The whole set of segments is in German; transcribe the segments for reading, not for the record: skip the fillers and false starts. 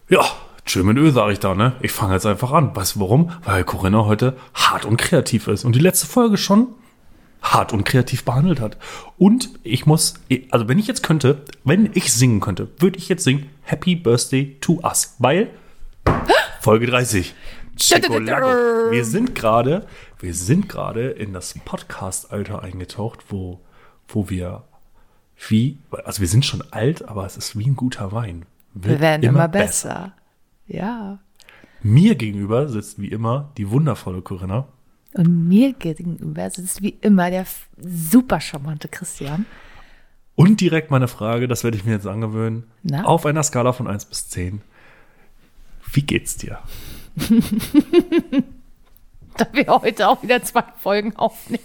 Ja, schön mit Öl, sage ich da, ne? Ich fange jetzt einfach an. Weißt du warum? Weil Corinna heute hart und kreativ ist und die letzte Folge schon hart und kreativ behandelt hat. Und ich muss, also wenn ich singen könnte, würde ich jetzt singen Happy Birthday to Us, weil Folge 30. Chicolago. Wir sind gerade in das Podcast-Alter eingetaucht, wo wir also wir sind schon alt, aber es ist wie ein guter Wein. Wir werden immer besser. Ja. Mir gegenüber sitzt wie immer die wundervolle Corinna. Und mir gegenüber sitzt wie immer der super charmante Christian. Und direkt meine Frage, das werde ich mir jetzt angewöhnen. Na? Auf einer Skala von 1 bis 10. Wie geht's dir? Da wir heute auch wieder 2 Folgen aufnehmen,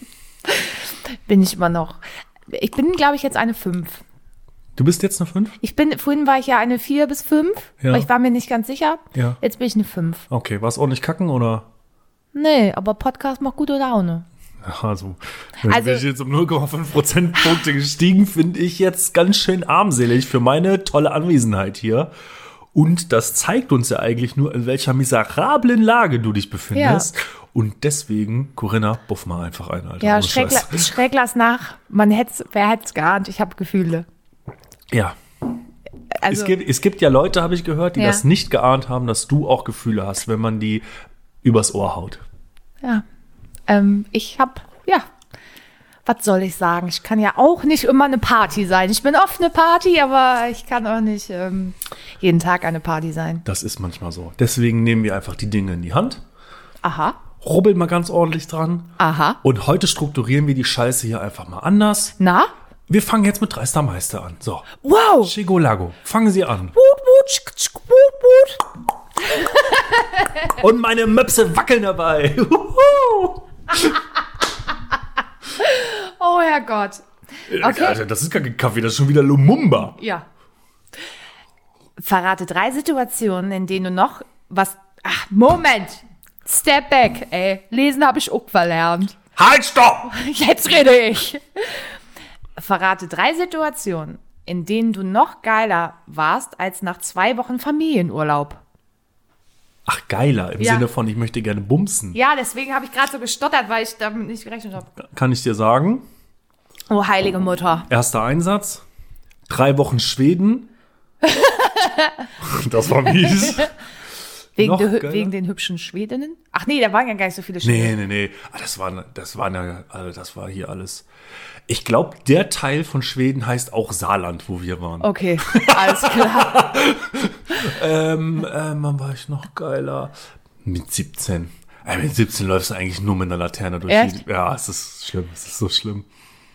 ich bin, glaube ich, jetzt eine 5. Du bist jetzt eine 5? Vorhin war ich ja eine 4 bis 5, Ja. aber ich war mir nicht ganz sicher. Ja. Jetzt bin ich eine 5. Okay, war es ordentlich kacken oder? Nee, aber Podcast macht gute Laune. Also bin ich jetzt um 0,5 Prozentpunkte gestiegen, finde ich jetzt ganz schön armselig für meine tolle Anwesenheit hier. Und das zeigt uns ja eigentlich nur, in welcher miserablen Lage du dich befindest. Ja. Und deswegen, Corinna, buff mal einfach ein, Alter. Ja, schräg lass nach. Wer hätte es geahnt? Ich habe Gefühle. Ja. Also, es gibt ja Leute, habe ich gehört, die das nicht geahnt haben, dass du auch Gefühle hast, wenn man die übers Ohr haut. Ja. Was soll ich sagen? Ich kann ja auch nicht immer eine Party sein. Ich bin oft eine Party, aber ich kann auch nicht jeden Tag eine Party sein. Das ist manchmal so. Deswegen nehmen wir einfach die Dinge in die Hand. Aha. Rubbeln mal ganz ordentlich dran. Aha. Und heute strukturieren wir die Scheiße hier einfach mal anders. Na? Wir fangen jetzt mit Dreister Meister an. So. Wow. Chicolago. Fangen Sie an. Wut. Und meine Möpse wackeln dabei. Oh Herrgott. Okay. Alter, das ist gar kein Kaffee, das ist schon wieder Lumumba. Ja. Verrate 3 Situationen, in denen du noch was... Ach, Moment. Step back, ey. Lesen habe ich auch verlernt. Halt, stopp! Jetzt rede ich. Verrate 3 Situationen, in denen du noch geiler warst als nach 2 Wochen Familienurlaub. Ach, geiler, im Sinne von, ich möchte gerne bumsen. Ja, deswegen habe ich gerade so gestottert, weil ich damit nicht gerechnet habe. Kann ich dir sagen? Oh, heilige Mutter. Erster Einsatz, 3 Wochen Schweden. Das war mies. Wegen den hübschen Schwedinnen? Ach nee, da waren ja gar nicht so viele Schweden. Nee. Das war hier alles. Ich glaube, der Teil von Schweden heißt auch Saarland, wo wir waren. Okay, alles klar. Wann war ich noch geiler? Mit 17. Mit 17 läufst du eigentlich nur mit einer Laterne durch. Echt? Ja, es ist schlimm. Es ist so schlimm.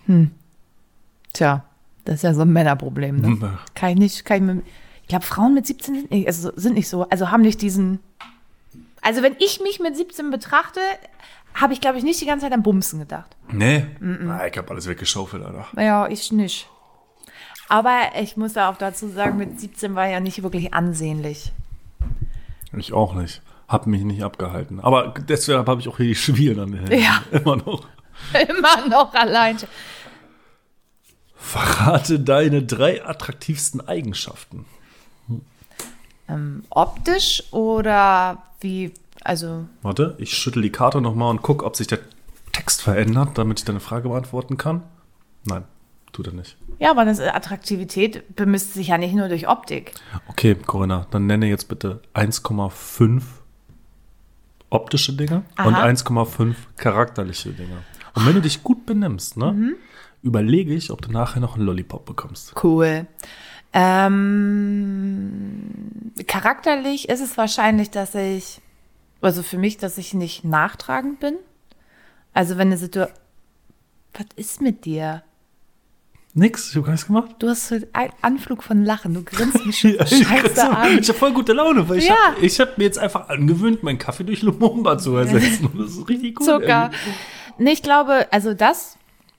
Tja, das ist ja so ein Männerproblem. Ne? Ich glaube, Frauen mit 17 sind nicht so. Also haben nicht diesen... Also wenn ich mich mit 17 betrachte, habe ich, glaube ich, nicht die ganze Zeit an Bumsen gedacht. Nee? Ich habe alles weggeschaufelt, Alter. Ja, ich nicht. Aber ich muss ja auch dazu sagen, mit 17 war ja nicht wirklich ansehnlich. Ich auch nicht. Hab mich nicht abgehalten. Aber deshalb habe ich auch hier die Schwielen an den Händen. Ja. Immer noch. Immer noch allein. Verrate deine 3 attraktivsten Eigenschaften. Optisch oder wie, also... Warte, ich schüttel die Karte nochmal und guck, ob sich der Text verändert, damit ich deine Frage beantworten kann. Nein, tut er nicht. Ja, aber das Attraktivität bemisst sich ja nicht nur durch Optik. Okay, Corinna, dann nenne jetzt bitte 1,5 optische Dinge und 1,5 charakterliche Dinge. Und wenn du dich gut benimmst, ne, überlege ich, ob du nachher noch einen Lollipop bekommst. Cool. Charakterlich ist es wahrscheinlich, dass ich nicht nachtragend bin. Also wenn eine Situation... Was ist mit dir? Nix, ich habe gar nichts gemacht. Du hast einen Anflug von Lachen, du grinst mich scheiße an. Ich habe voll gute Laune, weil ich hab mir jetzt einfach angewöhnt, meinen Kaffee durch Lumumba zu ersetzen. Und das ist richtig gut. Zucker. Nee, ich glaube, also das...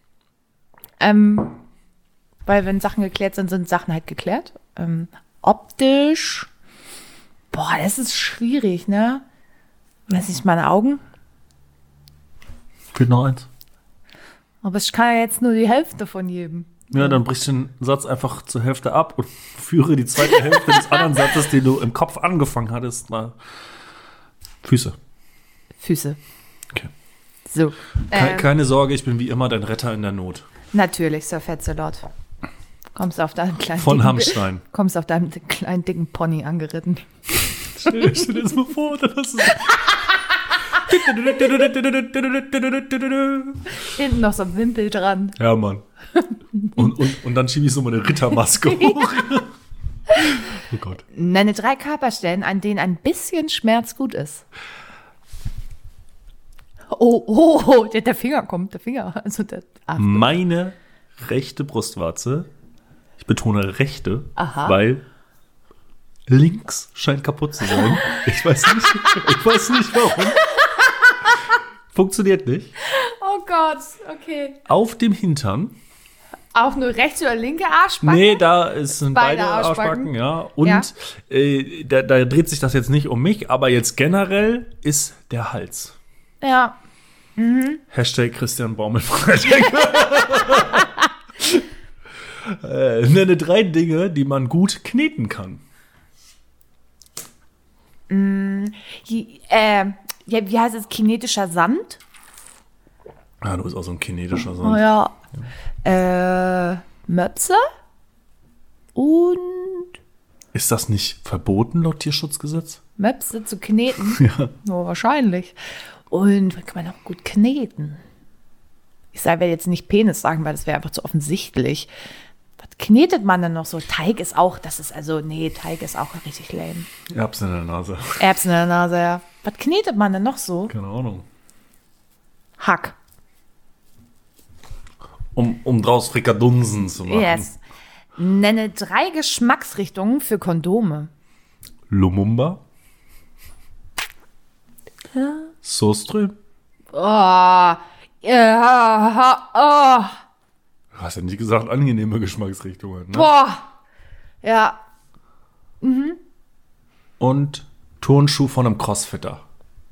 weil wenn Sachen geklärt sind, sind Sachen halt geklärt. Optisch, das ist schwierig, ne? Weiß ich, meine Augen? Fehlt noch eins. Aber ich kann ja jetzt nur die Hälfte von jedem. Ja, dann brichst du den Satz einfach zur Hälfte ab und führe die zweite Hälfte des anderen Satzes, den du im Kopf angefangen hattest, mal Füße. Okay. So. Keine Sorge, ich bin wie immer dein Retter in der Not. Natürlich, Sir Fetzelot. Kommst auf deinem kleinen Von Hamstein. Kommst auf deinem kleinen dicken Pony angeritten. Stell dir das mal vor, dann hast du Hinten noch so ein Wimpel dran. Ja, Mann. Und dann schiebe ich so meine Rittermaske hoch. Oh Gott. Nenne 3 Körperstellen, an denen ein bisschen Schmerz gut ist. Oh, der Finger kommt, der Finger. Also Meine rechte Brustwarze, ich betone rechte, weil links scheint kaputt zu sein. Ich weiß nicht warum. Funktioniert nicht. Oh Gott, okay. Auf dem Hintern. Auch nur rechte oder linke Arschbacken? Nee, da sind beide Arschbacken, ja. Und da dreht sich das jetzt nicht um mich, aber jetzt generell ist der Hals. Ja. Hashtag Christian Baumel. Nenne 3 Dinge, die man gut kneten kann. Wie heißt es? Kinetischer Sand? Ja, du bist auch so ein kinetischer Sand. Oh ja. Möpse? Und Ist das nicht verboten laut Tierschutzgesetz? Möpse zu kneten? Ja. Oh, wahrscheinlich. Und was kann man auch gut kneten? Ich werde jetzt nicht Penis sagen, weil das wäre einfach zu offensichtlich. Was knetet man denn noch so? Teig ist auch richtig lame. Erbsen in der Nase. Erbsen in der Nase, ja. Was knetet man denn noch so? Keine Ahnung. Hack. Um draus Frikadunsen zu machen. Yes. Nenne 3 Geschmacksrichtungen für Kondome. Lumumba. Ja. Soström. Oh. Ja. Oh. Du hast ja nicht gesagt, angenehme Geschmacksrichtungen. Ne? Boah. Ja. Und Turnschuh von einem Crossfitter.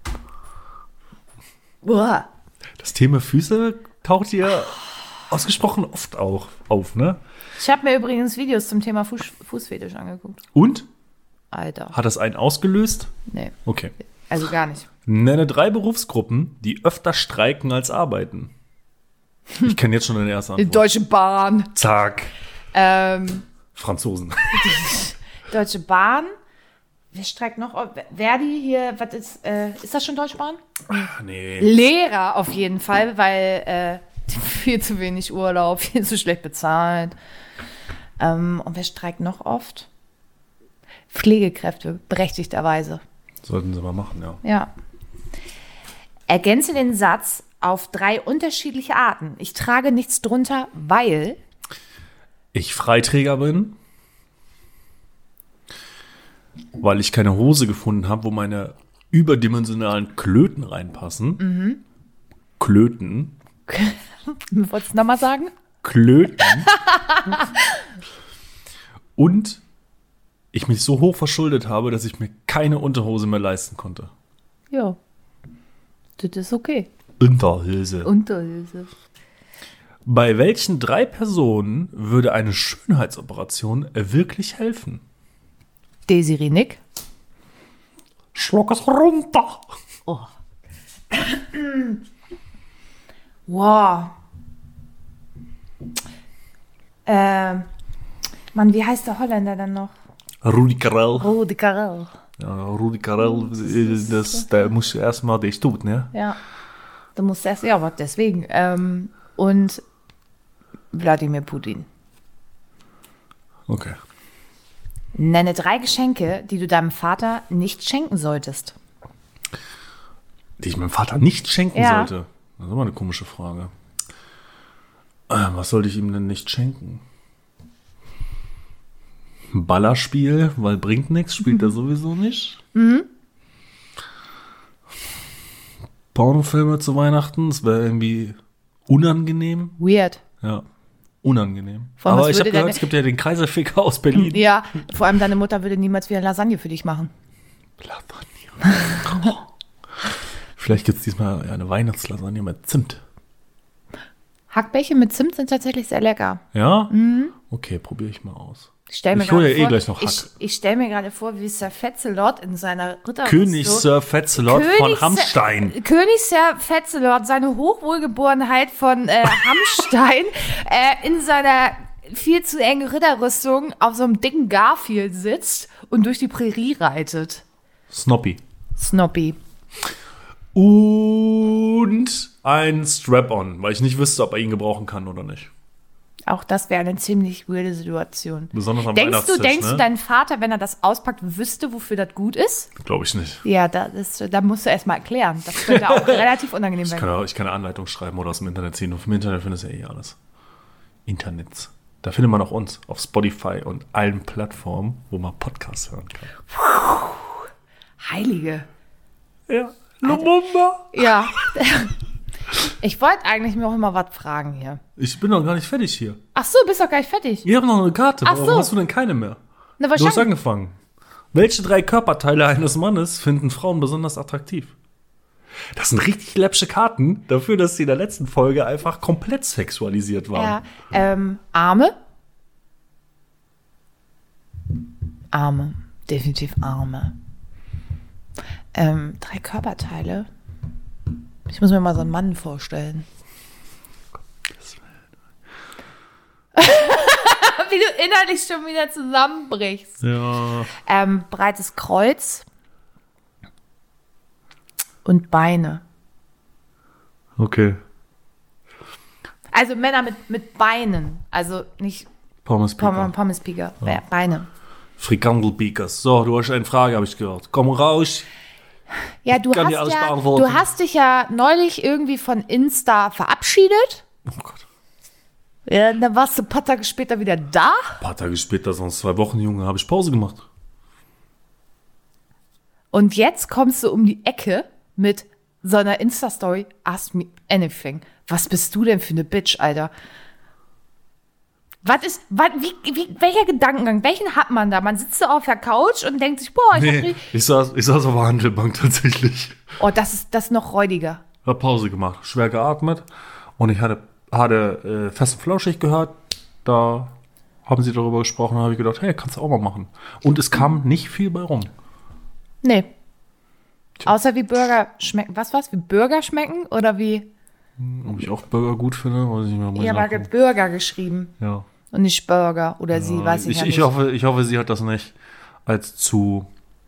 Boah. Das Thema Füße taucht hier ausgesprochen oft auch auf, ne? Ich habe mir übrigens Videos zum Thema Fußfetisch angeguckt. Und? Alter. Hat das einen ausgelöst? Nee. Okay. Also gar nicht. Nenne 3 Berufsgruppen, die öfter streiken als arbeiten. Ich kenne jetzt schon deine erste Die Antwort. Deutsche Bahn. Zack. Franzosen. Deutsche Bahn. Wer streikt noch? Verdi hier, was ist das schon Deutsche Bahn? Ach, nee. Lehrer auf jeden Fall, weil viel zu wenig Urlaub, viel zu schlecht bezahlt. Und wer streikt noch oft? Pflegekräfte, berechtigterweise. Sollten sie mal machen, ja. Ja. Ergänze den Satz auf 3 unterschiedliche Arten. Ich trage nichts drunter, weil Ich Freiträger bin, weil ich keine Hose gefunden habe, wo meine überdimensionalen Klöten reinpassen. Klöten. Wolltest du nochmal sagen? Klöten. Und ich mich so hoch verschuldet habe, dass ich mir keine Unterhose mehr leisten konnte. Ja. Das ist okay. Unterhose. Unterhose. Bei welchen 3 Personen würde eine Schönheitsoperation wirklich helfen? Desiree Nick. Schluck es runter. Oh. Wow. Mann, wie heißt der Holländer dann noch? Rudi Carell. Rudi Carell. Ja, Rudi Carell, der muss erstmal das tut, ne? Ja. Du musst erst, ja, was deswegen. Und Wladimir Putin. Okay. Nenne 3 Geschenke, die du deinem Vater nicht schenken solltest. Die ich meinem Vater nicht schenken Ja. sollte? Das ist aber eine komische Frage. Was sollte ich ihm denn nicht schenken? Ein Ballerspiel, weil bringt nichts, spielt er sowieso nicht. Pornofilme zu Weihnachten, das wäre irgendwie unangenehm. Weird. Ja, unangenehm. Vor allem, Aber was ich habe würde gehört, deine- es gibt ja den Kaiserficker aus Berlin. Ja, vor allem deine Mutter würde niemals wieder Lasagne für dich machen. Vielleicht gibt es diesmal eine Weihnachtslasagne mit Zimt. Hackbällchen mit Zimt sind tatsächlich sehr lecker. Ja? Okay, probiere ich mal aus. Ich hole ja gleich noch Hack. Ich stelle mir gerade vor, wie Sir Fetzelord in seiner Ritterrüstung. König Sir Fetzelord von Hamstein. König Sir Fetzelord, seine Hochwohlgeborenheit von Hamstein, in seiner viel zu engen Ritterrüstung auf so einem dicken Garfield sitzt und durch die Prärie reitet. Snoppy. Und ein Strap-on, weil ich nicht wüsste, ob er ihn gebrauchen kann oder nicht. Auch das wäre eine ziemlich weirde Situation. Besonders am Weihnachtstisch, denkst du, dein Vater, wenn er das auspackt, wüsste, wofür das gut ist? Glaube ich nicht. Ja, da musst du erst mal erklären. Das könnte auch relativ unangenehm werden. Ich kann eine Anleitung schreiben oder aus dem Internet ziehen. Und vom Internet findest du ja eh alles. Internets. Da findet man auch uns auf Spotify und allen Plattformen, wo man Podcasts hören kann. Heilige. Ja. Lumumba. Ja. Ich wollte eigentlich mir auch immer was fragen hier. Ich bin noch gar nicht fertig hier. Ach so, bist doch gar nicht fertig. Ich habe noch eine Karte. Ach Warum so. hast du denn keine mehr? Na, Du hast angefangen. Welche 3 Körperteile eines Mannes finden Frauen besonders attraktiv? Das sind richtig läppsche Karten dafür, dass sie in der letzten Folge einfach komplett sexualisiert waren. Ja, Arme. Arme. Definitiv Arme. 3 Körperteile. Ich muss mir mal so einen Mann vorstellen. Wie du innerlich schon wieder zusammenbrichst. Ja. Breites Kreuz und Beine. Okay. Also Männer mit Beinen. Also nicht Pommes-Pieker. Ja. Beine. Frikandelpiekers. So, du hast eine Frage, habe ich gehört. Komm raus. Ja, du hast dich ja neulich irgendwie von Insta verabschiedet. Oh Gott. Ja, dann warst du ein paar Tage später wieder da. Ein paar Tage später, sonst 2 Wochen, Junge, habe ich Pause gemacht. Und jetzt kommst du um die Ecke mit so einer Insta-Story, ask me anything. Was bist du denn für eine Bitch, Alter? Welcher Gedankengang, welchen hat man da? Man sitzt so auf der Couch und denkt sich, boah, ich saß auf der Handelbank tatsächlich. Oh, das ist noch räudiger. Hab Pause gemacht, schwer geatmet und ich hatte Fest und Flauschig gehört. Da haben sie darüber gesprochen, da habe ich gedacht, hey, kannst du auch mal machen. Und es kam nicht viel bei rum. Nee. Außer wie Burger schmecken. Was? Wie Burger schmecken? Oder wie? Ob ich auch Burger gut finde, weiß ich nicht mehr. Ich habe Burger geschrieben. Ja. Und nicht Burger. Oder sie, weiß ich nicht. Ich hoffe, sie hat das nicht als zu,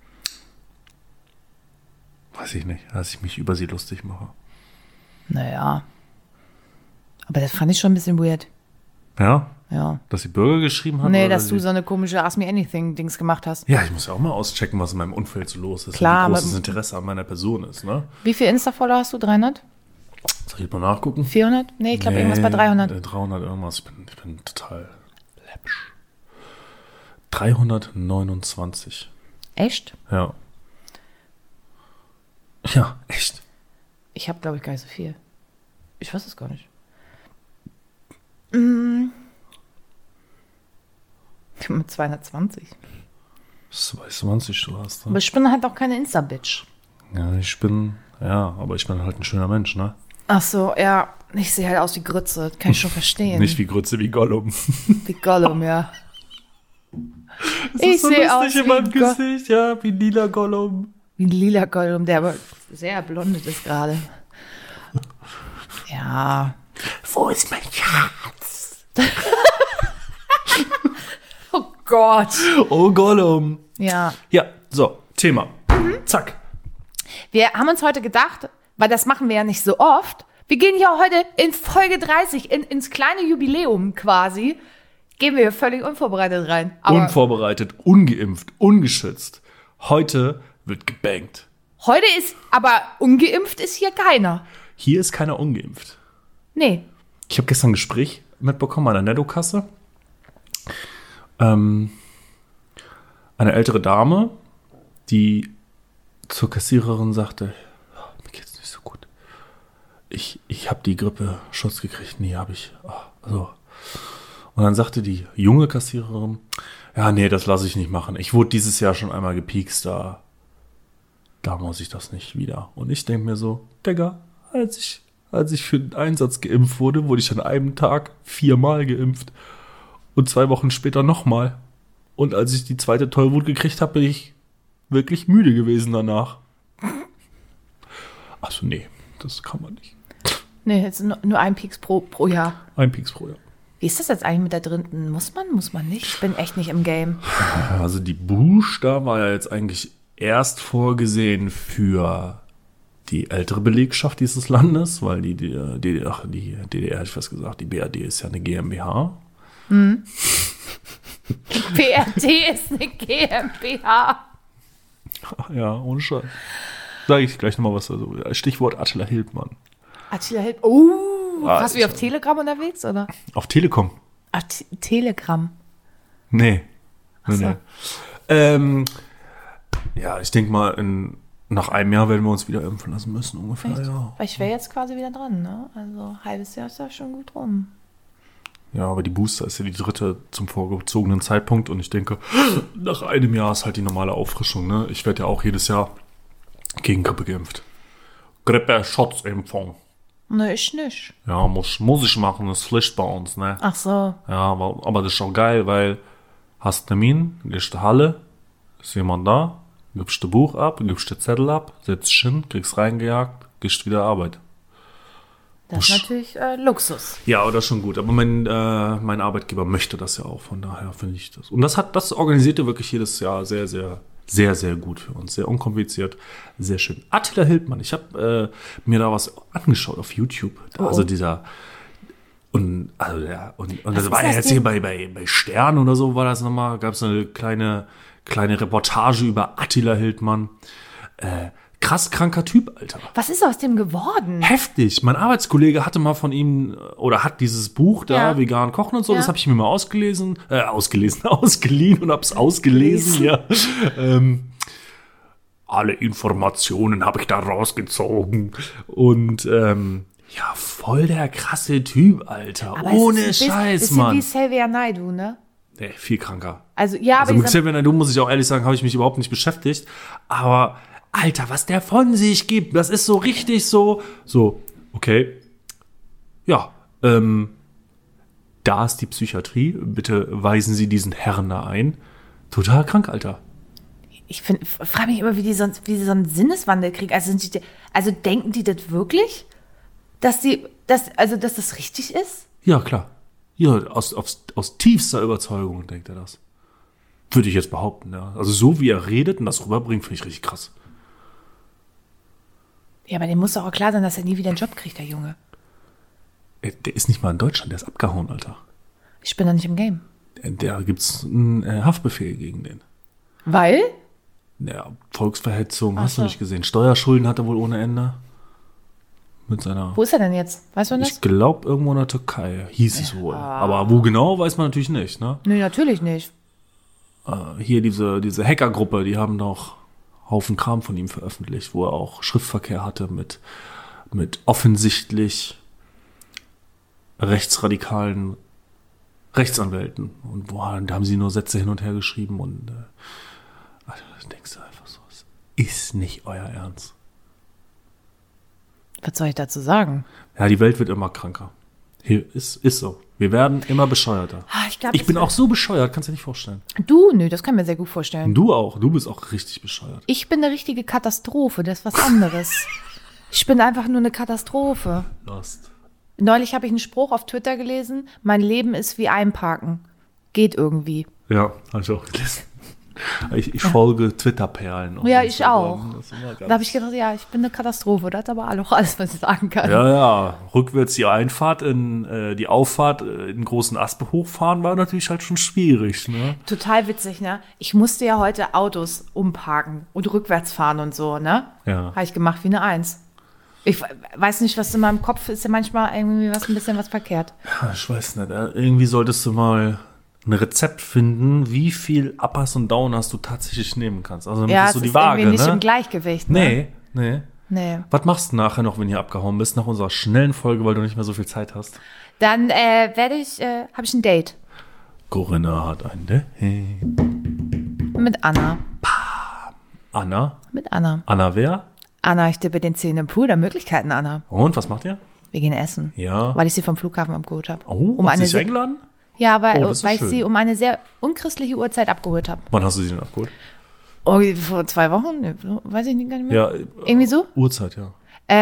weiß ich nicht, dass ich mich über sie lustig mache. Naja. Aber das fand ich schon ein bisschen weird. Ja? Ja. Dass sie Burger geschrieben hat? Nee, dass du so eine komische Ask Me Anything-Dings gemacht hast. Ja, ich muss ja auch mal auschecken, was in meinem Umfeld so los ist. Klar, und wie großes Interesse an meiner Person ist, ne? Wie viel Insta-Follower hast du? 300? Soll ich mal nachgucken? 400? Nee, ich glaube irgendwas bei 300. 300 irgendwas. Ich bin total läppsch. 329. Echt? Ja. Ja, echt. Ich habe, glaube ich, gar nicht so viel. Ich weiß es gar nicht. Ich habe mit 220. 220 du hast. Ne? Aber ich bin halt auch keine Insta-Bitch. Ja, aber ich bin halt ein schöner Mensch, ne? Ach so, ja. Ich sehe halt aus wie Grütze. Das kann ich schon verstehen. Nicht wie Grütze, wie Gollum. Wie Gollum, ja. Ich sehe aus in meinem Gesicht, ja, wie lila Gollum. Wie ein lila Gollum, der aber sehr blondet ist gerade. Ja. Wo ist mein Schatz? Oh Gott. Oh Gollum. Ja. Ja, so, Thema. Zack. Wir haben uns heute gedacht, weil das machen wir ja nicht so oft, wir gehen hier heute in Folge 30, ins kleine Jubiläum quasi, gehen wir hier völlig unvorbereitet rein. Aber unvorbereitet, ungeimpft, ungeschützt. Heute wird gebankt. Heute ist, aber ungeimpft ist hier keiner. Hier ist keiner ungeimpft. Nee. Ich habe gestern ein Gespräch mitbekommen an der Nettokasse. Eine ältere Dame, die zur Kassiererin sagte, oh, mir geht's nicht so gut. Ich habe die Grippe-Schutz gekriegt. Nee, habe ich. Also. Und dann sagte die junge Kassiererin, ja, nee, das lasse ich nicht machen. Ich wurde dieses Jahr schon einmal gepiekst, da muss ich das nicht wieder. Und ich denke mir so, Digga, als ich als ich für den Einsatz geimpft wurde ich an einem Tag 4-mal geimpft. Und 2 Wochen später nochmal. Und als ich die zweite Tollwut gekriegt habe, bin ich wirklich müde gewesen danach. Also nee, das kann man nicht. Nee, jetzt nur ein Pieks pro Jahr. Ein Pieks pro Jahr. Wie ist das jetzt eigentlich mit der dritten? Muss man nicht? Ich bin echt nicht im Game. Also die Booster war ja jetzt eigentlich erst vorgesehen für die ältere Belegschaft dieses Landes, weil die DDR, hätte ich fast gesagt, die BRD ist ja eine GmbH. BRD ist eine GmbH. Ja, ohne Scheiß. Sage ich gleich nochmal was. Also Stichwort Attila Hildmann. Attila Hildmann. Warst du wie auf Telegram unterwegs, oder? Auf Telekom. Ach, Telegram. Nee. Ach so. Nee. Ja, ich denke mal, nach einem Jahr werden wir uns wieder impfen lassen müssen, ungefähr. Ja. Weil ich wäre jetzt quasi wieder dran, ne? Also ein halbes Jahr ist ja schon gut rum. Ja, aber die Booster ist ja die dritte zum vorgezogenen Zeitpunkt und ich denke, nach einem Jahr ist halt die normale Auffrischung, ne? Ich werde ja auch jedes Jahr gegen Grippe geimpft. Grippe-Schutzimpfung. Ne, ich nicht. Ja, muss ich machen, das ist Pflicht bei uns, ne? Ach so. Ja, aber das ist auch geil, weil hast Termin, gehst in die Halle, ist jemand da, gibst das Buch ab, gibst den Zettel ab, setzt dich hin, kriegst reingejagt, gehst wieder Arbeit. Das ist natürlich Luxus. Ja, aber das ist schon gut. Aber mein Arbeitgeber möchte das ja auch, von daher finde ich das. Und das organisiert er wirklich jedes Jahr sehr, sehr, sehr, sehr gut für uns. Sehr unkompliziert, sehr schön. Attila Hildmann, ich habe mir da was angeschaut auf YouTube. Also dieser und das war ja jetzt hier bei Stern oder so war das nochmal, gab es eine kleine Reportage über Attila Hildmann. Krass kranker Typ, Alter. Was ist aus dem geworden? Heftig. Mein Arbeitskollege hatte mal von ihm, oder hat dieses Buch da, Vegan Kochen und so, das habe ich mir mal ausgeliehen und hab's ausgelesen, ja. Alle Informationen habe ich da rausgezogen. Und ja, voll der krasse Typ, Alter. Aber ohne Scheiß, Mann. Wie Xavier Naidoo, ne? Nee, viel kranker. Also, ja, aber mit Xavier Naidoo, muss ich auch ehrlich sagen, habe ich mich überhaupt nicht beschäftigt. Aber Alter, was der von sich gibt, das ist so richtig so, okay, ja, da ist die Psychiatrie, bitte weisen Sie diesen Herrn da ein. Total krank, Alter. Ich frage mich immer, wie die so einen Sinneswandel kriegen. Also denken die das wirklich? Dass das richtig ist? Ja, klar. Ja, aus tiefster Überzeugung denkt er das. Würde ich jetzt behaupten, ja. Also so wie er redet und das rüberbringt, finde ich richtig krass. Ja, aber dem muss doch auch klar sein, dass er nie wieder einen Job kriegt, der Junge. Der ist nicht mal in Deutschland, der ist abgehauen, Alter. Ich bin da nicht im Game. Da gibt's einen Haftbefehl gegen den. Weil? Ja, Volksverhetzung, hast du nicht gesehen. Steuerschulden hat er wohl ohne Ende. Mit seiner. Wo ist er denn jetzt? Weißt du das? Ich glaube, irgendwo in der Türkei hieß es wohl. Aber wo genau, weiß man natürlich nicht, ne? Nee, natürlich nicht. Hier diese Hackergruppe, die haben doch Haufen Kram von ihm veröffentlicht, wo er auch Schriftverkehr hatte mit offensichtlich rechtsradikalen Rechtsanwälten. Und da haben sie nur Sätze hin und her geschrieben und da denkst du einfach so, es ist nicht euer Ernst. Was soll ich dazu sagen? Ja, die Welt wird immer kranker. Hier ist so. Wir werden immer bescheuerter. Ich bin auch so bescheuert, kannst du dir nicht vorstellen. Nö, das kann ich mir sehr gut vorstellen. Du auch, du bist auch richtig bescheuert. Ich bin eine richtige Katastrophe, das ist was anderes. Ich bin einfach nur eine Katastrophe. Lost. Neulich habe ich einen Spruch auf Twitter gelesen, mein Leben ist wie Einparken. Geht irgendwie. Ja, habe ich auch gelesen. Ich folge Twitter-Perlen. Ja, ich auch. Da habe ich gedacht, ja, ich bin eine Katastrophe. Das ist aber auch alles, was ich sagen kann. Ja. Rückwärts die Auffahrt in den großen Aspe hochfahren war natürlich halt schon schwierig, ne? Total witzig, ne? Ich musste ja heute Autos umparken und rückwärts fahren und so, ne? Ja. Habe ich gemacht wie eine 1. Ich weiß nicht, was in meinem Kopf ist ja manchmal irgendwie ein bisschen was verkehrt. Ja, ich weiß nicht. Irgendwie solltest du mal ein Rezept finden, wie viel Uppers und Downers du tatsächlich nehmen kannst. Also ja, ist so die Waage, irgendwie nicht ne? im Gleichgewicht, ne? Nee. Was machst du nachher noch, wenn du abgehauen bist, nach unserer schnellen Folge, weil du nicht mehr so viel Zeit hast? Dann habe ich ein Date. Corinna hat ein Date. Mit Anna. Anna? Mit Anna. Anna wer? Anna, ich tippe den 10 im Pool der Möglichkeiten, Anna. Und, was macht ihr? Wir gehen essen. Ja. Weil ich sie vom Flughafen abgeholt habe. Oh, hast du dich eingeladen? Ja, weil das ist ich schön. sie um eine sehr unchristliche Uhrzeit abgeholt habe. Wann hast du sie denn abgeholt? Oh, vor 2 Wochen? Nee, weiß ich nicht, gar nicht mehr. Ja. Irgendwie so? Uhrzeit, ja.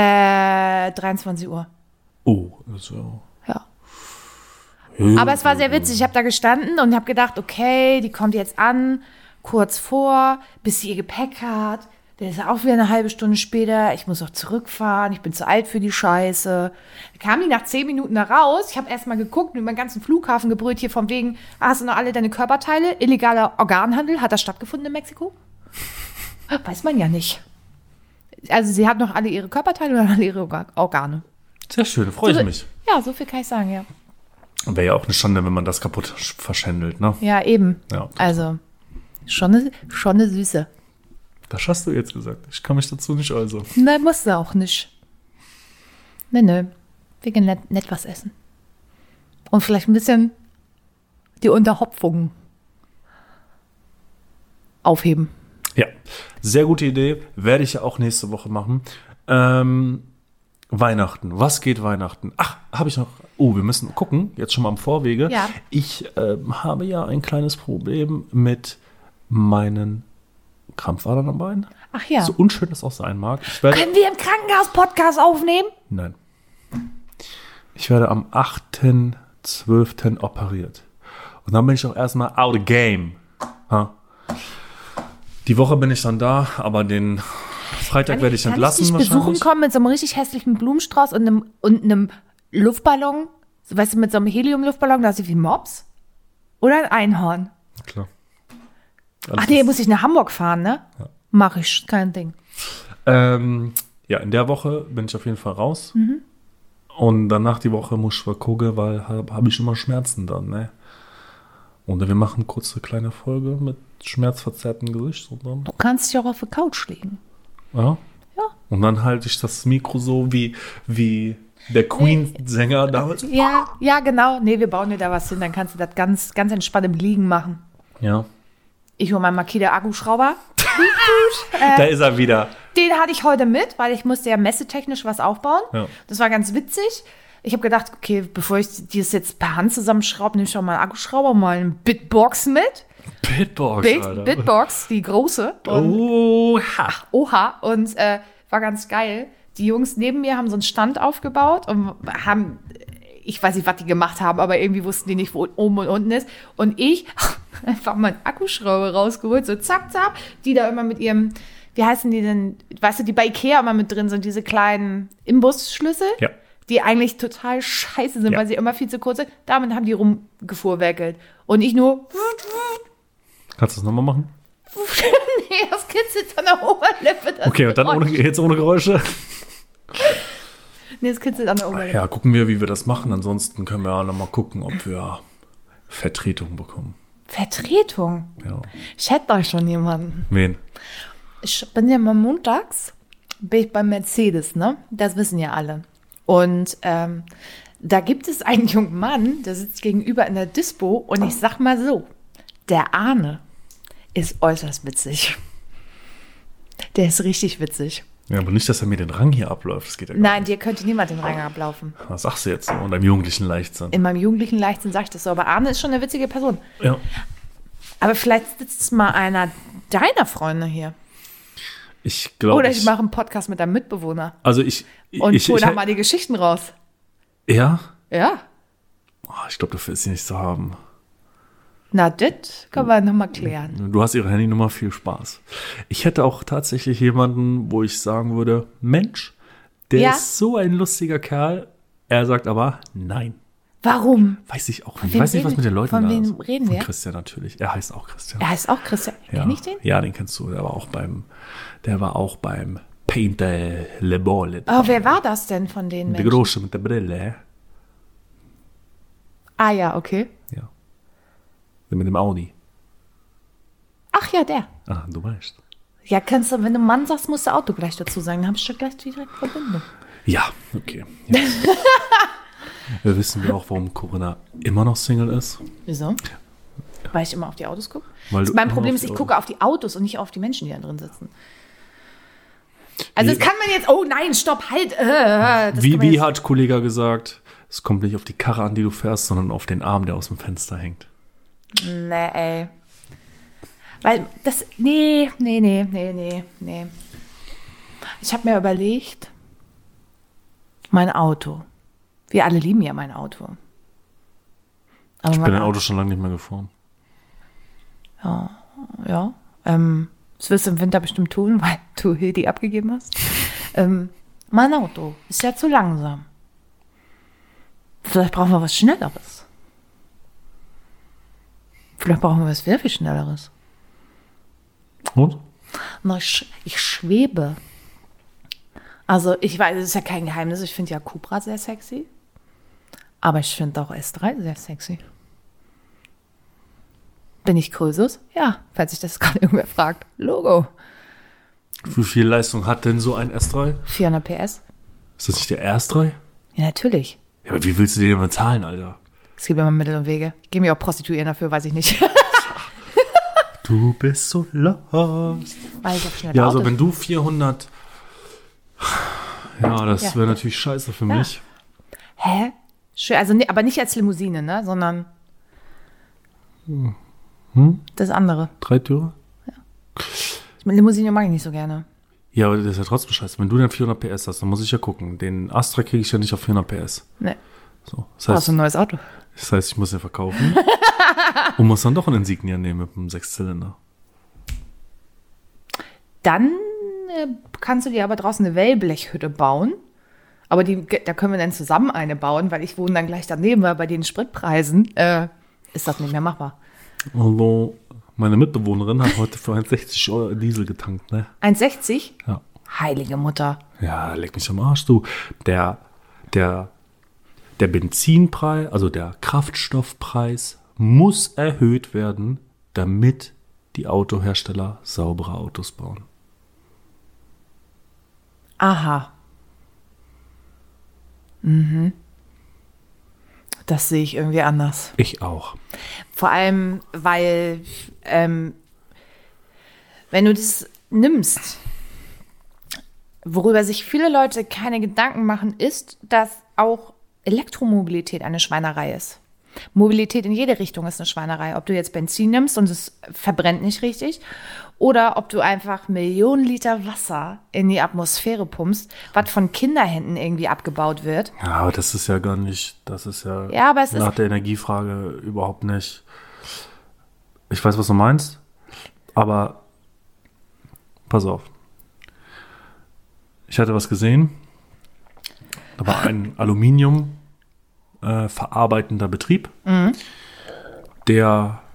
23 Uhr. Oh, das ist ja. Ja. Aber es war sehr witzig. Ich habe da gestanden und habe gedacht, okay, die kommt jetzt an, kurz vor, bis sie ihr Gepäck hat. Der ist auch wieder eine halbe Stunde später. Ich muss auch zurückfahren. Ich bin zu alt für die Scheiße. Da kam die nach 10 Minuten da raus. Ich habe erst mal geguckt und über den ganzen Flughafen gebrüllt hier von wegen, hast du noch alle deine Körperteile? Illegaler Organhandel. Hat das stattgefunden in Mexiko? Weiß man ja nicht. Also sie hat noch alle ihre Körperteile oder alle ihre Organe. Sehr schön, freue ich mich. Ja, so viel kann ich sagen, ja. Wäre ja auch eine Schande, wenn man das kaputt verschändelt, ne? Ja, eben. Ja. Also, schon eine Süße. Das hast du jetzt gesagt. Ich kann mich dazu nicht äußern. Nein, musst du auch nicht. Nö. Wir gehen nett was essen. Und vielleicht ein bisschen die Unterhopfung aufheben. Ja, sehr gute Idee. Werde ich ja auch nächste Woche machen. Weihnachten. Was geht Weihnachten? Ach, habe ich noch. Oh, wir müssen gucken. Jetzt schon mal im Vorwege. Ja. Ich habe ja ein kleines Problem mit meinen Krampfadern am Bein. Ach ja. So unschön das auch sein mag. Ich werde, Können wir im Krankenhaus-Podcast aufnehmen? nein. Ich werde am 8.12. operiert. Und dann bin ich auch erstmal out of game. Ha? Die Woche bin ich dann da, aber den Freitag werde ich entlassen Kann ich dich besuchen wahrscheinlich. kommen mit so einem richtig hässlichen Blumenstrauß und einem Luftballon? So, weißt du, mit so einem Helium-Luftballon, da ist wie Mops? Oder ein Einhorn? Klar. Ach nee, muss ich nach Hamburg fahren, ne? Ja. Mach ich, kein Ding. Ja, in der Woche bin ich auf jeden Fall raus. Und danach die Woche muss ich mal gucken, weil hab ich immer Schmerzen dann, ne? Und wir machen kurz eine kleine Folge mit schmerzverzerrtem Gesicht. Und dann, Du kannst dich auch auf der Couch legen. ja. Ja. Und dann halte ich das Mikro so wie der Queen-Sänger damals. Ja, genau. Nee, wir bauen dir da was hin, dann kannst du das ganz, ganz entspannt im Liegen machen. Ja. Ich hole meinen Makita-Akkuschrauber. Da ist er wieder. Den hatte ich heute mit, weil ich musste ja messetechnisch was aufbauen. Ja. Das war ganz witzig. Ich habe gedacht, okay, bevor ich das jetzt per Hand zusammenschraube, nehme ich auch mal einen Akkuschrauber, mal einen Bitbox mit. Bitbox, Alter. Bitbox, die große. Und Oha. Und war ganz geil. Die Jungs neben mir haben so einen Stand aufgebaut und haben, ich weiß nicht, was die gemacht haben, aber irgendwie wussten die nicht, wo oben und unten ist. Und ich einfach mal einen Akkuschrauber rausgeholt, so zack, zack, die da immer mit ihrem, wie heißen die denn, weißt du, die bei Ikea immer mit drin sind, diese kleinen Imbusschlüssel, Ja. die eigentlich total scheiße sind, Ja. weil sie immer viel zu kurz sind. Damit haben die rumgefuhrwerkelt. Und ich nur, Kannst du das nochmal machen? nee, das kitzelt an der Oberlippe. Das Okay, und dann Geräusch. ohne Geräusche? Nee, es kitzelt an der Oberlippe. Ja, gucken wir, wie wir das machen. Ansonsten können wir ja nochmal gucken, ob wir Vertretung bekommen. Vertretung. Ja. Ich hätte da schon jemanden. Wen? Ich bin ja mal montags, bin ich beim Mercedes, ne? Das wissen ja alle. Und da gibt es einen jungen Mann, der sitzt gegenüber in der Dispo und ich sag mal so, der Arne ist äußerst witzig. Der ist richtig witzig. Ja, aber nicht, dass er mir den Rang hier abläuft. Das geht ja gar Nein, dir könnte niemand den Rang ablaufen. nicht. Was sagst du jetzt so? Und deinem jugendlichen Leichtsinn. In meinem jugendlichen Leichtsinn sag ich das so, aber Arne ist schon eine witzige Person. Ja. Aber vielleicht sitzt mal einer deiner Freunde hier. Ich glaube. Oder ich mache einen Podcast mit deinem Mitbewohner Also und hol da mal die Geschichten raus. Ja? Ja. Oh, ich glaube, dafür ist sie nicht zu haben. Na, das können wir nochmal klären. Du hast ihre Handynummer, viel Spaß. Ich hätte auch tatsächlich jemanden, wo ich sagen würde, Mensch, der Ja? ist so ein lustiger Kerl. Er sagt aber nein. Warum? Weiß ich auch nicht. Von Ich wem weiß nicht, was reden- mit den Leuten von da wem ist. reden Von wir? Christian natürlich. Er heißt auch Christian. Er heißt auch Christian. Ja. Kenn ich den? Ja, den kennst du. Der war auch beim Paint Le Ball. Oh, wer war das denn von den Der Menschen? Große mit der Brille. Ah ja, okay. Ja. Der mit dem Audi. Ach ja, der. Ah, du weißt. Ja, kannst du, wenn du Mann sagst, musst du Auto gleich dazu sagen. Dann habe ich schon gleich die direkte Verbindung. Ja, okay. Ja. Wir wissen auch, warum Corinna immer noch Single ist. Wieso? Weil ich immer auf die Autos gucke. Weil du Mein immer Problem auf ist, die ich Autos- gucke auf die Autos und nicht auf die Menschen, die da drin sitzen. Also das kann man jetzt, oh nein, stopp, halt. Das kann man Wie jetzt, hat Kollege gesagt, es kommt nicht auf die Karre an, die du fährst, sondern auf den Arm, der aus dem Fenster hängt. nee, ey. Weil das, nee. Ich habe mir überlegt, mein Auto. Wir alle lieben ja mein Auto. Aber Ich mein bin ein Auto schon lange nicht mehr gefahren. Ja, das wirst du im Winter bestimmt tun, weil du Hildi abgegeben hast. Mein Auto ist ja zu langsam. Vielleicht brauchen wir was Schnelleres. Vielleicht brauchen wir was sehr viel Schnelleres. Und? Na, ich schwebe. Also, ich weiß, es ist ja kein Geheimnis. Ich finde ja Cupra sehr sexy. Aber ich finde auch S3 sehr sexy. Bin ich Krösus? Ja, falls sich das gerade irgendwer fragt. Logo. Wie viel Leistung hat denn so ein S3? 400 PS? Ist das nicht der R3? Ja, natürlich. Ja, aber wie willst du den denn bezahlen, Alter? Es gibt immer Mittel und Wege. Ich gehe mich auch prostituieren dafür, weiß ich nicht. Du bist so lost. Weil ich auf schnelle Ja, also Autos- wenn du 400... Ja, das Ja. wäre natürlich scheiße für mich. Hä? Schön, also aber nicht als Limousine, ne? Sondern das andere. 3 Türe? Mit Limousine mag ich nicht so gerne. Ja, aber das ist ja trotzdem scheiße. Wenn du dann 400 PS hast, dann muss ich ja gucken. Den Astra kriege ich ja nicht auf 400 PS. Ne, So, brauchst du ein neues Auto. das heißt, ich muss den verkaufen und muss dann doch einen Insignia nehmen mit einem 6-Zylinder. Dann kannst du dir aber draußen eine Wellblechhütte bauen. Aber da können wir dann zusammen eine bauen, weil ich wohne dann gleich daneben, weil bei den Spritpreisen ist das nicht mehr machbar. Also, meine Mitbewohnerin hat heute für 1,60 Euro Diesel getankt, ne? 1,60? Ja. Heilige Mutter. Ja, leck mich am Arsch, du. Der Benzinpreis, also der Kraftstoffpreis, muss erhöht werden, damit die Autohersteller saubere Autos bauen. Aha. Das sehe ich irgendwie anders. Ich auch. Vor allem, weil, wenn du das nimmst, worüber sich viele Leute keine Gedanken machen, ist, dass auch Elektromobilität eine Schweinerei ist. Mobilität in jede Richtung ist eine Schweinerei. Ob du jetzt Benzin nimmst und es verbrennt nicht richtig oder ob du einfach Millionen Liter Wasser in die Atmosphäre pumpst, was von Kinderhänden irgendwie abgebaut wird. Ja, aber das ist ja gar nicht, das ist ja, Ja, aber es nach ist, der Energiefrage überhaupt nicht. Ich weiß, was du meinst, aber pass auf. Ich hatte was gesehen. Da war ein Aluminium verarbeitender Betrieb, der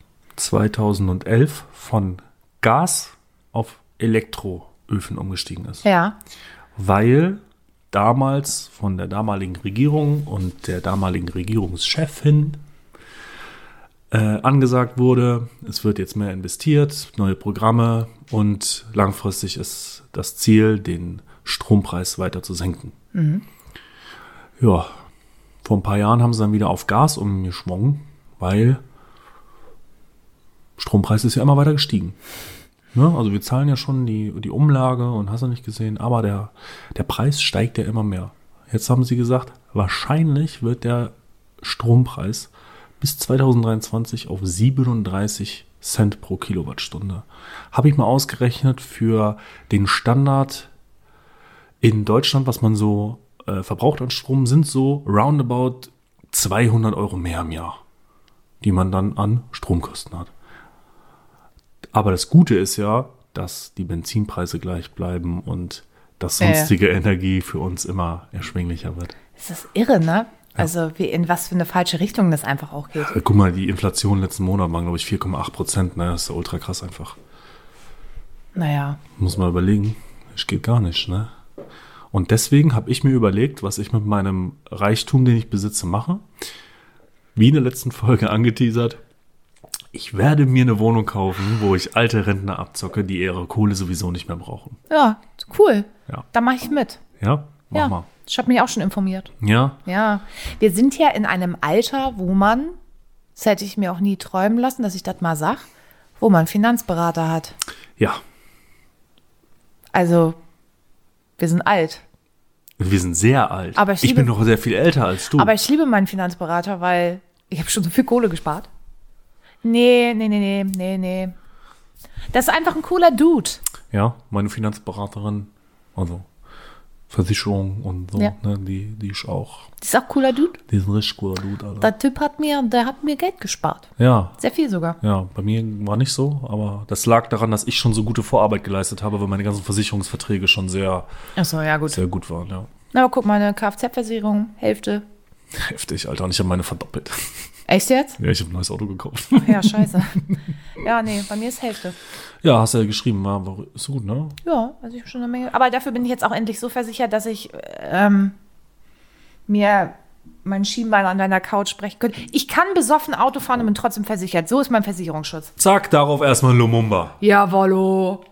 2011 von Gas auf Elektroöfen umgestiegen ist. ja, Weil damals von der damaligen Regierung und der damaligen Regierungschefin angesagt wurde, es wird jetzt mehr investiert, neue Programme und langfristig ist das Ziel, den Strompreis weiter zu senken. Ja, vor ein paar Jahren haben sie dann wieder auf Gas umgeschwungen, weil Strompreis ist ja immer weiter gestiegen. Ne? Also wir zahlen ja schon die Umlage und hast du nicht gesehen, aber der Preis steigt ja immer mehr. Jetzt haben sie gesagt, wahrscheinlich wird der Strompreis bis 2023 auf 37 Cent pro Kilowattstunde. Habe ich mal ausgerechnet für den Standard in Deutschland, was man so verbraucht an Strom, sind so roundabout 200 Euro mehr im Jahr, die man dann an Stromkosten hat. Aber das Gute ist ja, dass die Benzinpreise gleich bleiben und dass sonstige Energie für uns immer erschwinglicher wird. das ist irre, ne? Also wie in was für eine falsche Richtung das einfach auch geht. Guck mal, die Inflation letzten Monat waren, glaube ich, 4,8%. Ne? Das ist ja ultra krass einfach. Naja, Muss man überlegen. Das geht gar nicht, ne? Und deswegen habe ich mir überlegt, was ich mit meinem Reichtum, den ich besitze, mache. Wie in der letzten Folge angeteasert. Ich werde mir eine Wohnung kaufen, wo ich alte Rentner abzocke, die ihre Kohle sowieso nicht mehr brauchen. ja, cool. Ja. Da mache ich mit. Ja? Mach Ja, mal. ich habe mich auch schon informiert. Ja? Ja, wir sind ja in einem Alter, wo man, das hätte ich mir auch nie träumen lassen, dass ich das mal sag, wo man Finanzberater hat. Ja. Also, Wir sind alt. Wir sind sehr alt. Aber ich bin noch sehr viel älter als du. Aber ich liebe meinen Finanzberater, weil ich habe schon so viel Kohle gespart. Nee. Das ist einfach ein cooler Dude. Ja, meine Finanzberaterin, also Versicherung und so, Ja. ne, die ist auch. Das ist auch ein cooler Dude. Die ist ein richtig cooler Dude, Alter. Der Typ hat mir Geld gespart. Ja. Sehr viel sogar. Ja, bei mir war nicht so, aber das lag daran, dass ich schon so gute Vorarbeit geleistet habe, weil meine ganzen Versicherungsverträge schon sehr, Achso, ja gut. sehr gut waren, ja. Na, aber guck, meine Kfz-Versicherung, Hälfte. Heftig, Alter. Und ich habe meine verdoppelt. Echt jetzt? Ja, ich habe ein neues Auto gekauft. Ja, scheiße. Ja, nee, bei mir ist Hälfte. Ja, hast du ja geschrieben, war ist gut, ne? Ja, also ich habe schon eine Menge. Aber dafür bin ich jetzt auch endlich so versichert, dass ich mir meinen Schienbein an deiner Couch sprechen könnte. Ich kann besoffen Auto fahren und bin trotzdem versichert. So ist mein Versicherungsschutz. Zack, darauf erstmal Lumumba. Jawollo.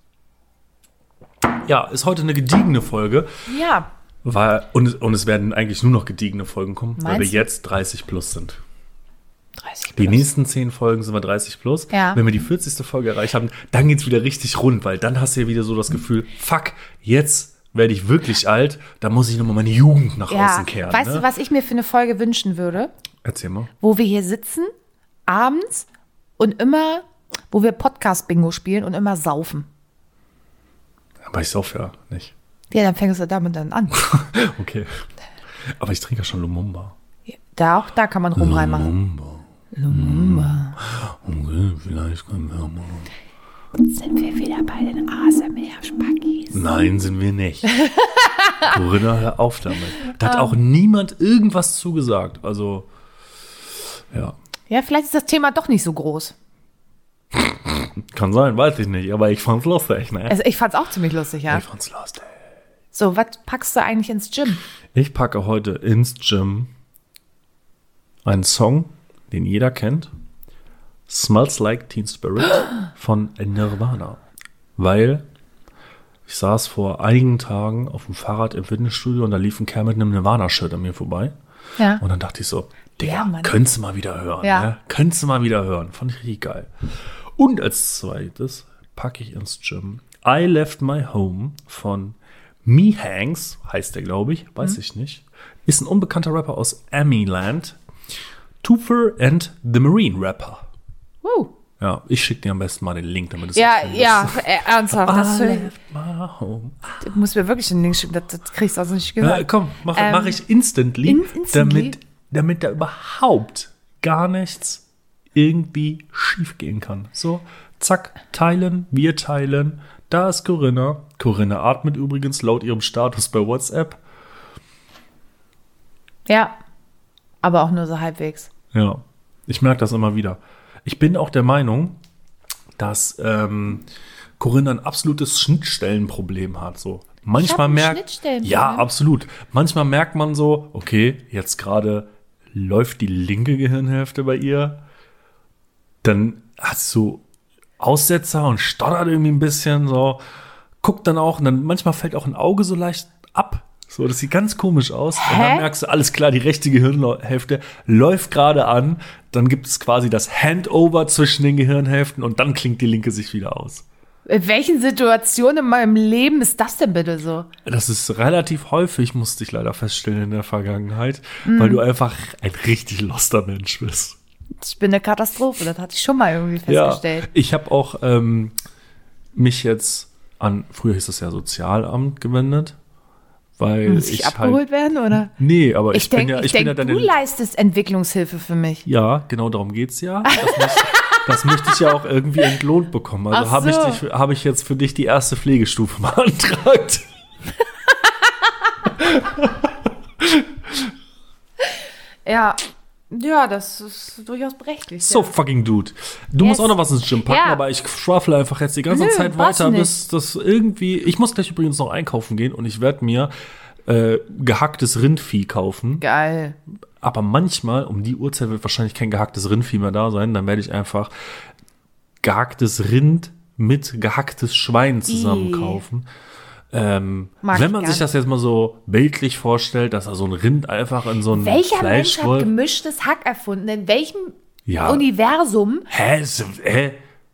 Ja, ist heute eine gediegene Folge. Ja. Und es werden eigentlich nur noch gediegene Folgen kommen, weil wir Meinst du? jetzt 30 plus sind. 30 Die plus. nächsten 10 Folgen sind wir 30 plus. Ja. Wenn wir die 40. Folge erreicht haben, dann geht's wieder richtig rund, weil dann hast du ja wieder so das Gefühl, fuck, jetzt werde ich wirklich alt, da muss ich nochmal meine Jugend nach Ja, außen kehren. weißt ne? du, was ich mir für eine Folge wünschen würde? Erzähl mal. Wo wir hier sitzen, abends und immer, wo wir Podcast-Bingo spielen und immer saufen. Aber ich sauf ja nicht. Ja, dann fängst du damit dann an. Okay. Aber ich trinke ja schon Lumumba. Auch da kann man rum reinmachen. Lumumba. Okay, vielleicht können wir mal. Sind wir wieder bei den ASMR-Spackis? Nein, sind wir nicht. Corinna, hör auf damit. Da hat auch niemand irgendwas zugesagt. Also, ja. Ja, vielleicht ist das Thema doch nicht so groß. Kann sein, weiß ich nicht. Aber ich fand's lustig, ne? Also ich fand's auch ziemlich lustig, ja. Ich fand's lustig. So, was packst du eigentlich ins Gym? Ich packe heute ins Gym einen Song, den jeder kennt. Smells Like Teen Spirit von Nirvana. Weil ich saß vor einigen Tagen auf dem Fahrrad im Fitnessstudio und da lief ein Kerl mit einem Nirvana-Shirt an mir vorbei. Ja. Und dann dachte ich so, Digga, Ja, Mann. könntest du mal wieder hören. Ja. Ne? Könntest du mal wieder hören. Fand ich richtig geil. Und als zweites packe ich ins Gym I Left My Home von Me Hanks, heißt der, glaube ich, weiß ich nicht. Ist ein unbekannter Rapper aus Amiland. Toofer and the Marine Rapper. Ja, ich schicke dir am besten mal den Link, damit es Ja, auch ja, ernsthaft. Das I left my home. du musst mir wirklich den Link schicken, das kriegst du also nicht gesagt. Komm, mach ich instantly, instantly? damit da überhaupt gar nichts irgendwie schief gehen kann. So, zack, teilen, wir teilen. Da ist Corinna. Corinna atmet übrigens laut ihrem Status bei WhatsApp. Ja, aber auch nur so halbwegs. Ja, ich merke das immer wieder. Ich bin auch der Meinung, dass Corinna ein absolutes Schnittstellenproblem hat. So. Manchmal ein merkt, Schnittstellenproblem? ja, absolut. Manchmal merkt man so, okay, jetzt gerade läuft die linke Gehirnhälfte bei ihr. Dann hat sie so Aussetzer und stottert irgendwie ein bisschen. So, guckt dann auch und dann manchmal fällt auch ein Auge so leicht ab. So, das sieht ganz komisch aus. Und dann merkst du, alles klar, die rechte Gehirnhälfte läuft gerade an. Dann gibt es quasi das Handover zwischen den Gehirnhälften und dann klingt die linke sich wieder aus. In welchen Situationen in meinem Leben ist das denn bitte so? Das ist relativ häufig, musste ich leider feststellen in der Vergangenheit, weil du einfach ein richtig loster Mensch bist. Ich bin eine Katastrophe, das hatte ich schon mal irgendwie festgestellt. Ja, ich habe auch mich jetzt an, früher hieß das ja Sozialamt gewendet, weil Muss ich abgeholt werden, oder? Nee, aber ich bin denke, ja deine. du leistest Entwicklungshilfe für mich. Ja, genau darum geht's ja. Das möchte ich ja auch irgendwie entlohnt bekommen. Also Ach so. habe ich jetzt für dich die erste Pflegestufe beantragt. Ja, das ist durchaus berechtigt. So ja. fucking dude. Du musst auch noch was ins Gym packen, Ja. aber ich schwafle einfach jetzt die ganze Zeit brauchst weiter, du bis das irgendwie. Ich muss gleich übrigens noch einkaufen gehen und ich werde mir gehacktes Rindvieh kaufen. Geil. Aber manchmal, um die Uhrzeit wird wahrscheinlich kein gehacktes Rindvieh mehr da sein, dann werde ich einfach gehacktes Rind mit gehacktes Schwein zusammen kaufen. Wenn man sich das jetzt mal so bildlich vorstellt, dass da so ein Rind einfach in so ein Welcher Mensch hat Fleischwolf. gemischtes Hack erfunden? In welchem Ja. Universum? Hä?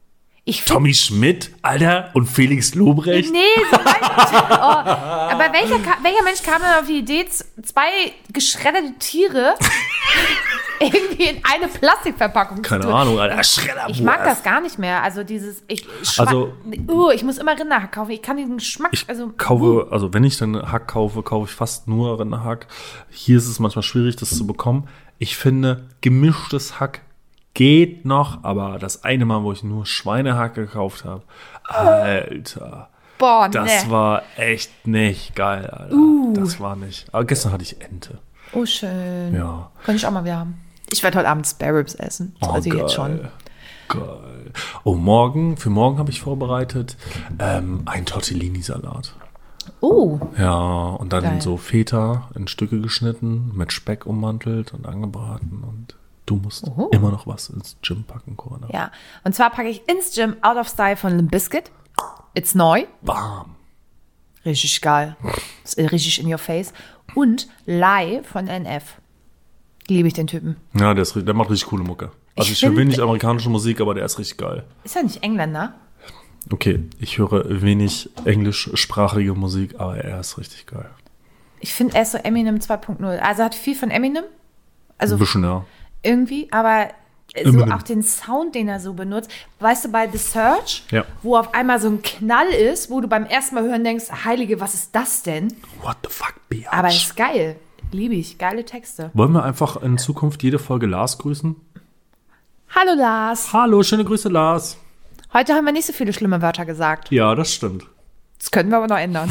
Tommy Schmidt, Alter, und Felix Lobrecht? Nee, so weit. Aber welcher Mensch kam denn auf die Idee, zwei geschredderte Tiere irgendwie in eine Plastikverpackung zu tun? Keine Ahnung, Alter. Ich mag das gar nicht mehr. Also dieses, ich muss immer Rinderhack kaufen. Ich kann diesen Geschmack, Also wenn ich dann Hack kaufe ich fast nur Rinderhack. Hier ist es manchmal schwierig, das zu bekommen. Ich finde, gemischtes Hack geht noch, aber das eine Mal, wo ich nur Schweinehack gekauft habe, Alter, boah, das war echt nicht geil, Alter. Das war nicht. Aber gestern hatte ich Ente. Oh, schön. Ja. Könnte ich auch mal wieder haben. Ich werde heute Abend Spare Ribs essen. Also geil. jetzt schon. Geil. Oh, für morgen habe ich vorbereitet einen Tortellini-Salat. Oh. Ja, und dann Geil. so Feta in Stücke geschnitten, mit Speck ummantelt und angebraten. Und du musst immer noch was ins Gym packen, Corinna. Ja, und zwar packe ich ins Gym Out of Style von Limp Bizkit. Ist neu. Bam. Richtig geil. Ist richtig in your face. Und Lie von NF. Liebe ich den Typen. Ja, der macht richtig coole Mucke. Also ich höre wenig amerikanische Musik, aber der ist richtig geil. Ist er nicht Engländer? Okay, ich höre wenig englischsprachige Musik, aber er ist richtig geil. Ich finde, er ist so Eminem 2.0. Also hat viel von Eminem. Also Ein bisschen, ja. irgendwie, aber so Eminem. auch den Sound, den er so benutzt. Weißt du, bei The Search, Ja. wo auf einmal so ein Knall ist, wo du beim ersten Mal hören denkst, Heilige, was ist das denn? What the fuck, bitch? Aber ist geil. Liebe ich. Geile Texte. Wollen wir einfach in Zukunft jede Folge Lars grüßen? Hallo Lars. Hallo, schöne Grüße, Lars. Heute haben wir nicht so viele schlimme Wörter gesagt. Ja, das stimmt. Das können wir aber noch ändern.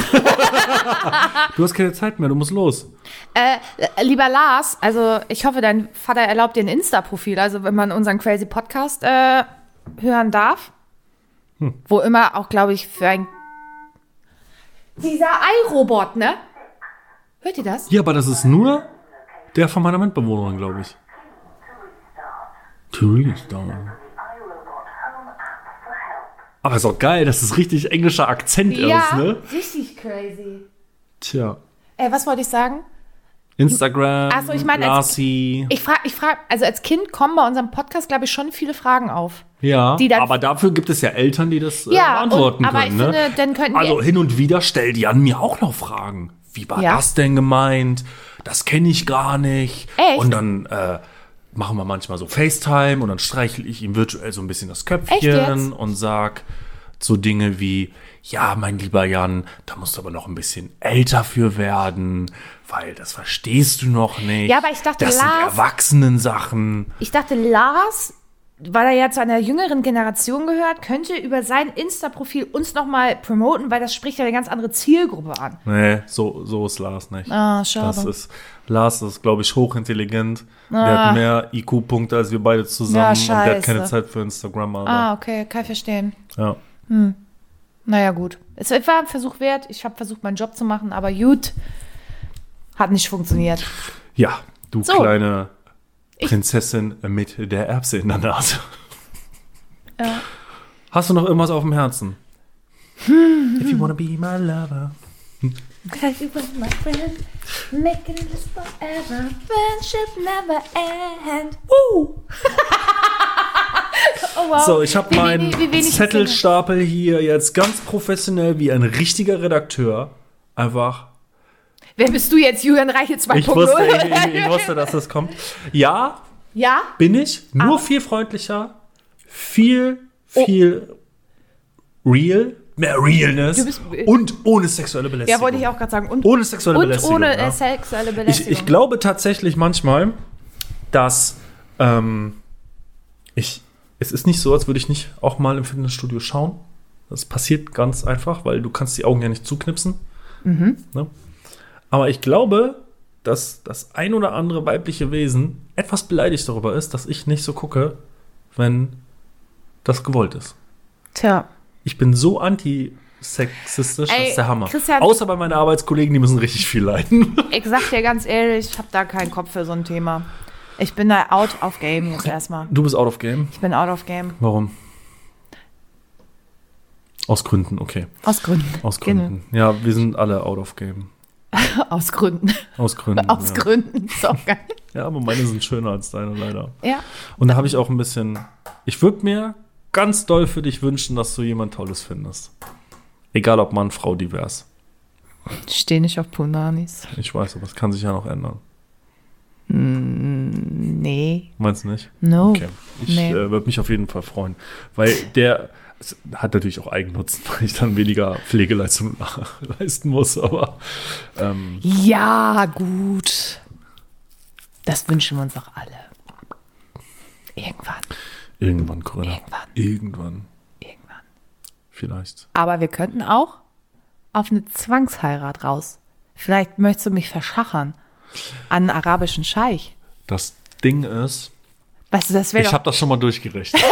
Du hast keine Zeit mehr, du musst los. Lieber Lars, also ich hoffe, dein Vater erlaubt dir ein Insta-Profil, also wenn man unseren Crazy Podcast hören darf. Wo immer auch, glaube ich, für ein... Dieser iRobot, ne? Hört ihr das? Ja, aber das ist nur der von meiner Mitbewohnerin, glaube ich. To restart. Aber ist auch geil, dass es richtig englischer Akzent ist, ne? Richtig crazy. Tja. Was wollte ich sagen? Instagram, Ach so, ich meine, Larsi. Ich frage, also als Kind kommen bei unserem Podcast, glaube ich, schon viele Fragen auf. Ja, die dann- aber dafür gibt es ja Eltern, die das Ja, beantworten aber können. ich finde, dann könnten Also wir... hin und wieder stellt die an mir auch noch Fragen. Wie war Ja. das denn gemeint? Das kenne ich gar nicht. Echt? Und dann machen wir manchmal so FaceTime und dann streichle ich ihm virtuell so ein bisschen das Echt Köpfchen jetzt? und sag so Dinge wie, ja, mein lieber Jan, da musst du aber noch ein bisschen älter für werden, weil das verstehst du noch nicht. Ja, aber ich dachte, das sind Lars- Erwachsenensachen. Ich dachte, Lars, weil er ja zu einer jüngeren Generation gehört, könnte über sein Insta-Profil uns nochmal promoten, weil das spricht ja eine ganz andere Zielgruppe an. Nee, so ist Lars nicht. Ah, schade. Lars ist, glaube ich, hochintelligent. Der hat mehr IQ-Punkte als wir beide zusammen Ja, und der hat keine scheiße. Zeit für Instagram. Alter. Ah, okay, kann ich verstehen. Ja. Naja, gut. Es war ein Versuch wert. Ich habe versucht, meinen Job zu machen, aber gut, hat nicht funktioniert. Ja, du So. kleine Prinzessin mit der Erbse in der Nase. Ja. Hast du noch irgendwas auf dem Herzen? If you wanna be my lover. Cause you were my friend, making this forever, friendship never end. Oh, wow. So, ich habe Wie meinen wenig ist Zettelstapel hier jetzt ganz professionell wie ein richtiger Redakteur einfach. Wer bist du jetzt, Julian Reiche 2.0? Ich wusste, dass das kommt. Ja, Ja? bin ich. Nur viel freundlicher. Viel real. Mehr Realness. Du bist- Und ohne sexuelle Belästigung. Ja, wollte ich auch gerade sagen. Und Ohne sexuelle Belästigung. ohne ja. sexuelle Belästigung. Ich glaube tatsächlich manchmal, dass es ist nicht so, als würde ich nicht auch mal im Fitnessstudio schauen. Das passiert ganz einfach, weil du kannst die Augen ja nicht zuknipsen. Ne? Aber ich glaube, dass das ein oder andere weibliche Wesen etwas beleidigt darüber ist, dass ich nicht so gucke, wenn das gewollt ist. Tja. Ich bin so antisexistisch, das Ey, ist der Hammer. Christian- Außer bei meinen Arbeitskollegen, die müssen richtig viel leiden. Ich sag dir ganz ehrlich, ich habe da keinen Kopf für so ein Thema. Ich bin da out of game jetzt erstmal. Du bist out of game. Ich bin out of game. Warum? Aus Gründen, okay. Aus Gründen. Aus Gründen. Ja, wir sind alle out of game. Genau. Aus Gründen. Aus Gründen. Aus ja. Gründen. Ist auch geil. Ja, aber meine sind schöner als deine, leider. Ja. Und da habe ich auch ein bisschen. Ich würde mir ganz doll für dich wünschen, dass du jemand Tolles findest. Egal ob Mann, Frau, divers. Ich stehe nicht auf Punanis. Ich weiß, aber es kann sich ja noch ändern. Nee. Meinst du nicht? No. Okay. Ich Nee. würde mich auf jeden Fall freuen. Weil der hat natürlich auch Eigennutzen, weil ich dann weniger Pflegeleistung leisten muss. Aber Ja, gut. Das wünschen wir uns doch alle. irgendwann, Corinna. Irgendwann. Vielleicht. Aber wir könnten auch auf eine Zwangsheirat raus. Vielleicht möchtest du mich verschachern an einen arabischen Scheich. Das Ding ist, Weißt du, das wäre ich habe das schon mal durchgerechnet.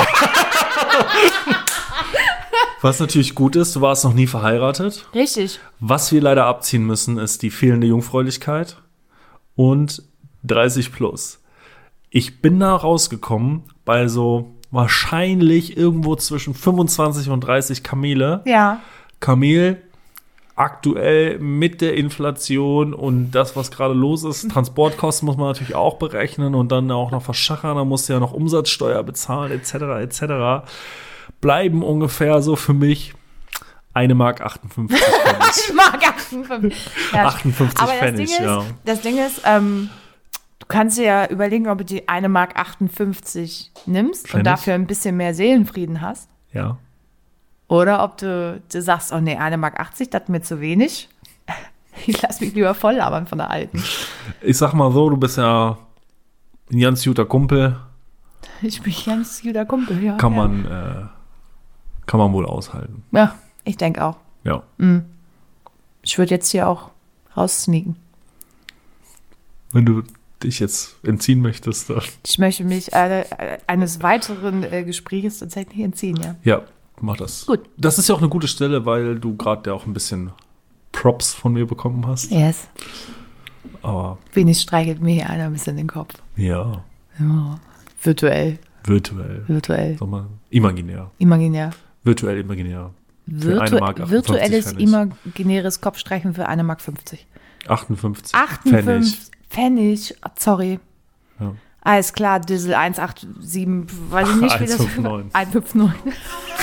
Was natürlich gut ist, du warst noch nie verheiratet. richtig. Was wir leider abziehen müssen, ist die fehlende Jungfräulichkeit und 30 plus. Ich bin da rausgekommen bei so wahrscheinlich irgendwo zwischen 25 und 30 Kamele. Ja. Kamel aktuell mit der Inflation und das, was gerade los ist, Transportkosten muss man natürlich auch berechnen und dann auch noch verschachern, da musst du ja noch Umsatzsteuer bezahlen, etc., etc. Bleiben ungefähr so für mich 1,58 Mark Pfennig. Ich mag 58. Ja. 58 Aber Pfennig, ja. Das Ding ist, du kannst dir ja überlegen, ob du die 1,58 Mark nimmst Pfennig? und dafür ein bisschen mehr Seelenfrieden hast. Ja. Oder ob du sagst, oh nee, 1,80 Mark, das ist mir zu wenig. Ich lass mich lieber voll labern von der Alten. Ich sag mal so, du bist ja ein ganz guter Kumpel. Ich bin ganz guter Kumpel, ja. Kann ja. man wohl aushalten. Ja, ich denke auch. Ja. Ich würde jetzt hier auch raussneaken. Wenn du dich jetzt entziehen möchtest, dann. Ich möchte mich eines weiteren Gesprächs tatsächlich entziehen, ja. Ja, mach das. Gut. Das ist ja auch eine gute Stelle, weil du gerade ja auch ein bisschen Props von mir bekommen hast. Yes. Aber Wenig streichelt mir hier einer ein bisschen den Kopf. ja, Ja. Virtuell. virtuell. Sag mal, imaginär. Imaginär. Virtuell imaginär. Für 1,58 Mark Virtuelles Pfennig. imaginäres Kopfstreichen für 1,50 Mark. 58 58 Pfennig. Sorry. Ja. Alles klar, Diesel 187, weiß ich nicht, wie das 159. 159.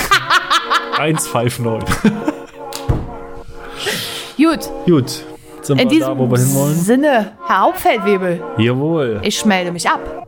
159. Gut, Gut, sind in wir da, wo wir diesem hinwollen? Sinne, Herr Hauptfeldwebel, Jawohl. ich melde mich ab.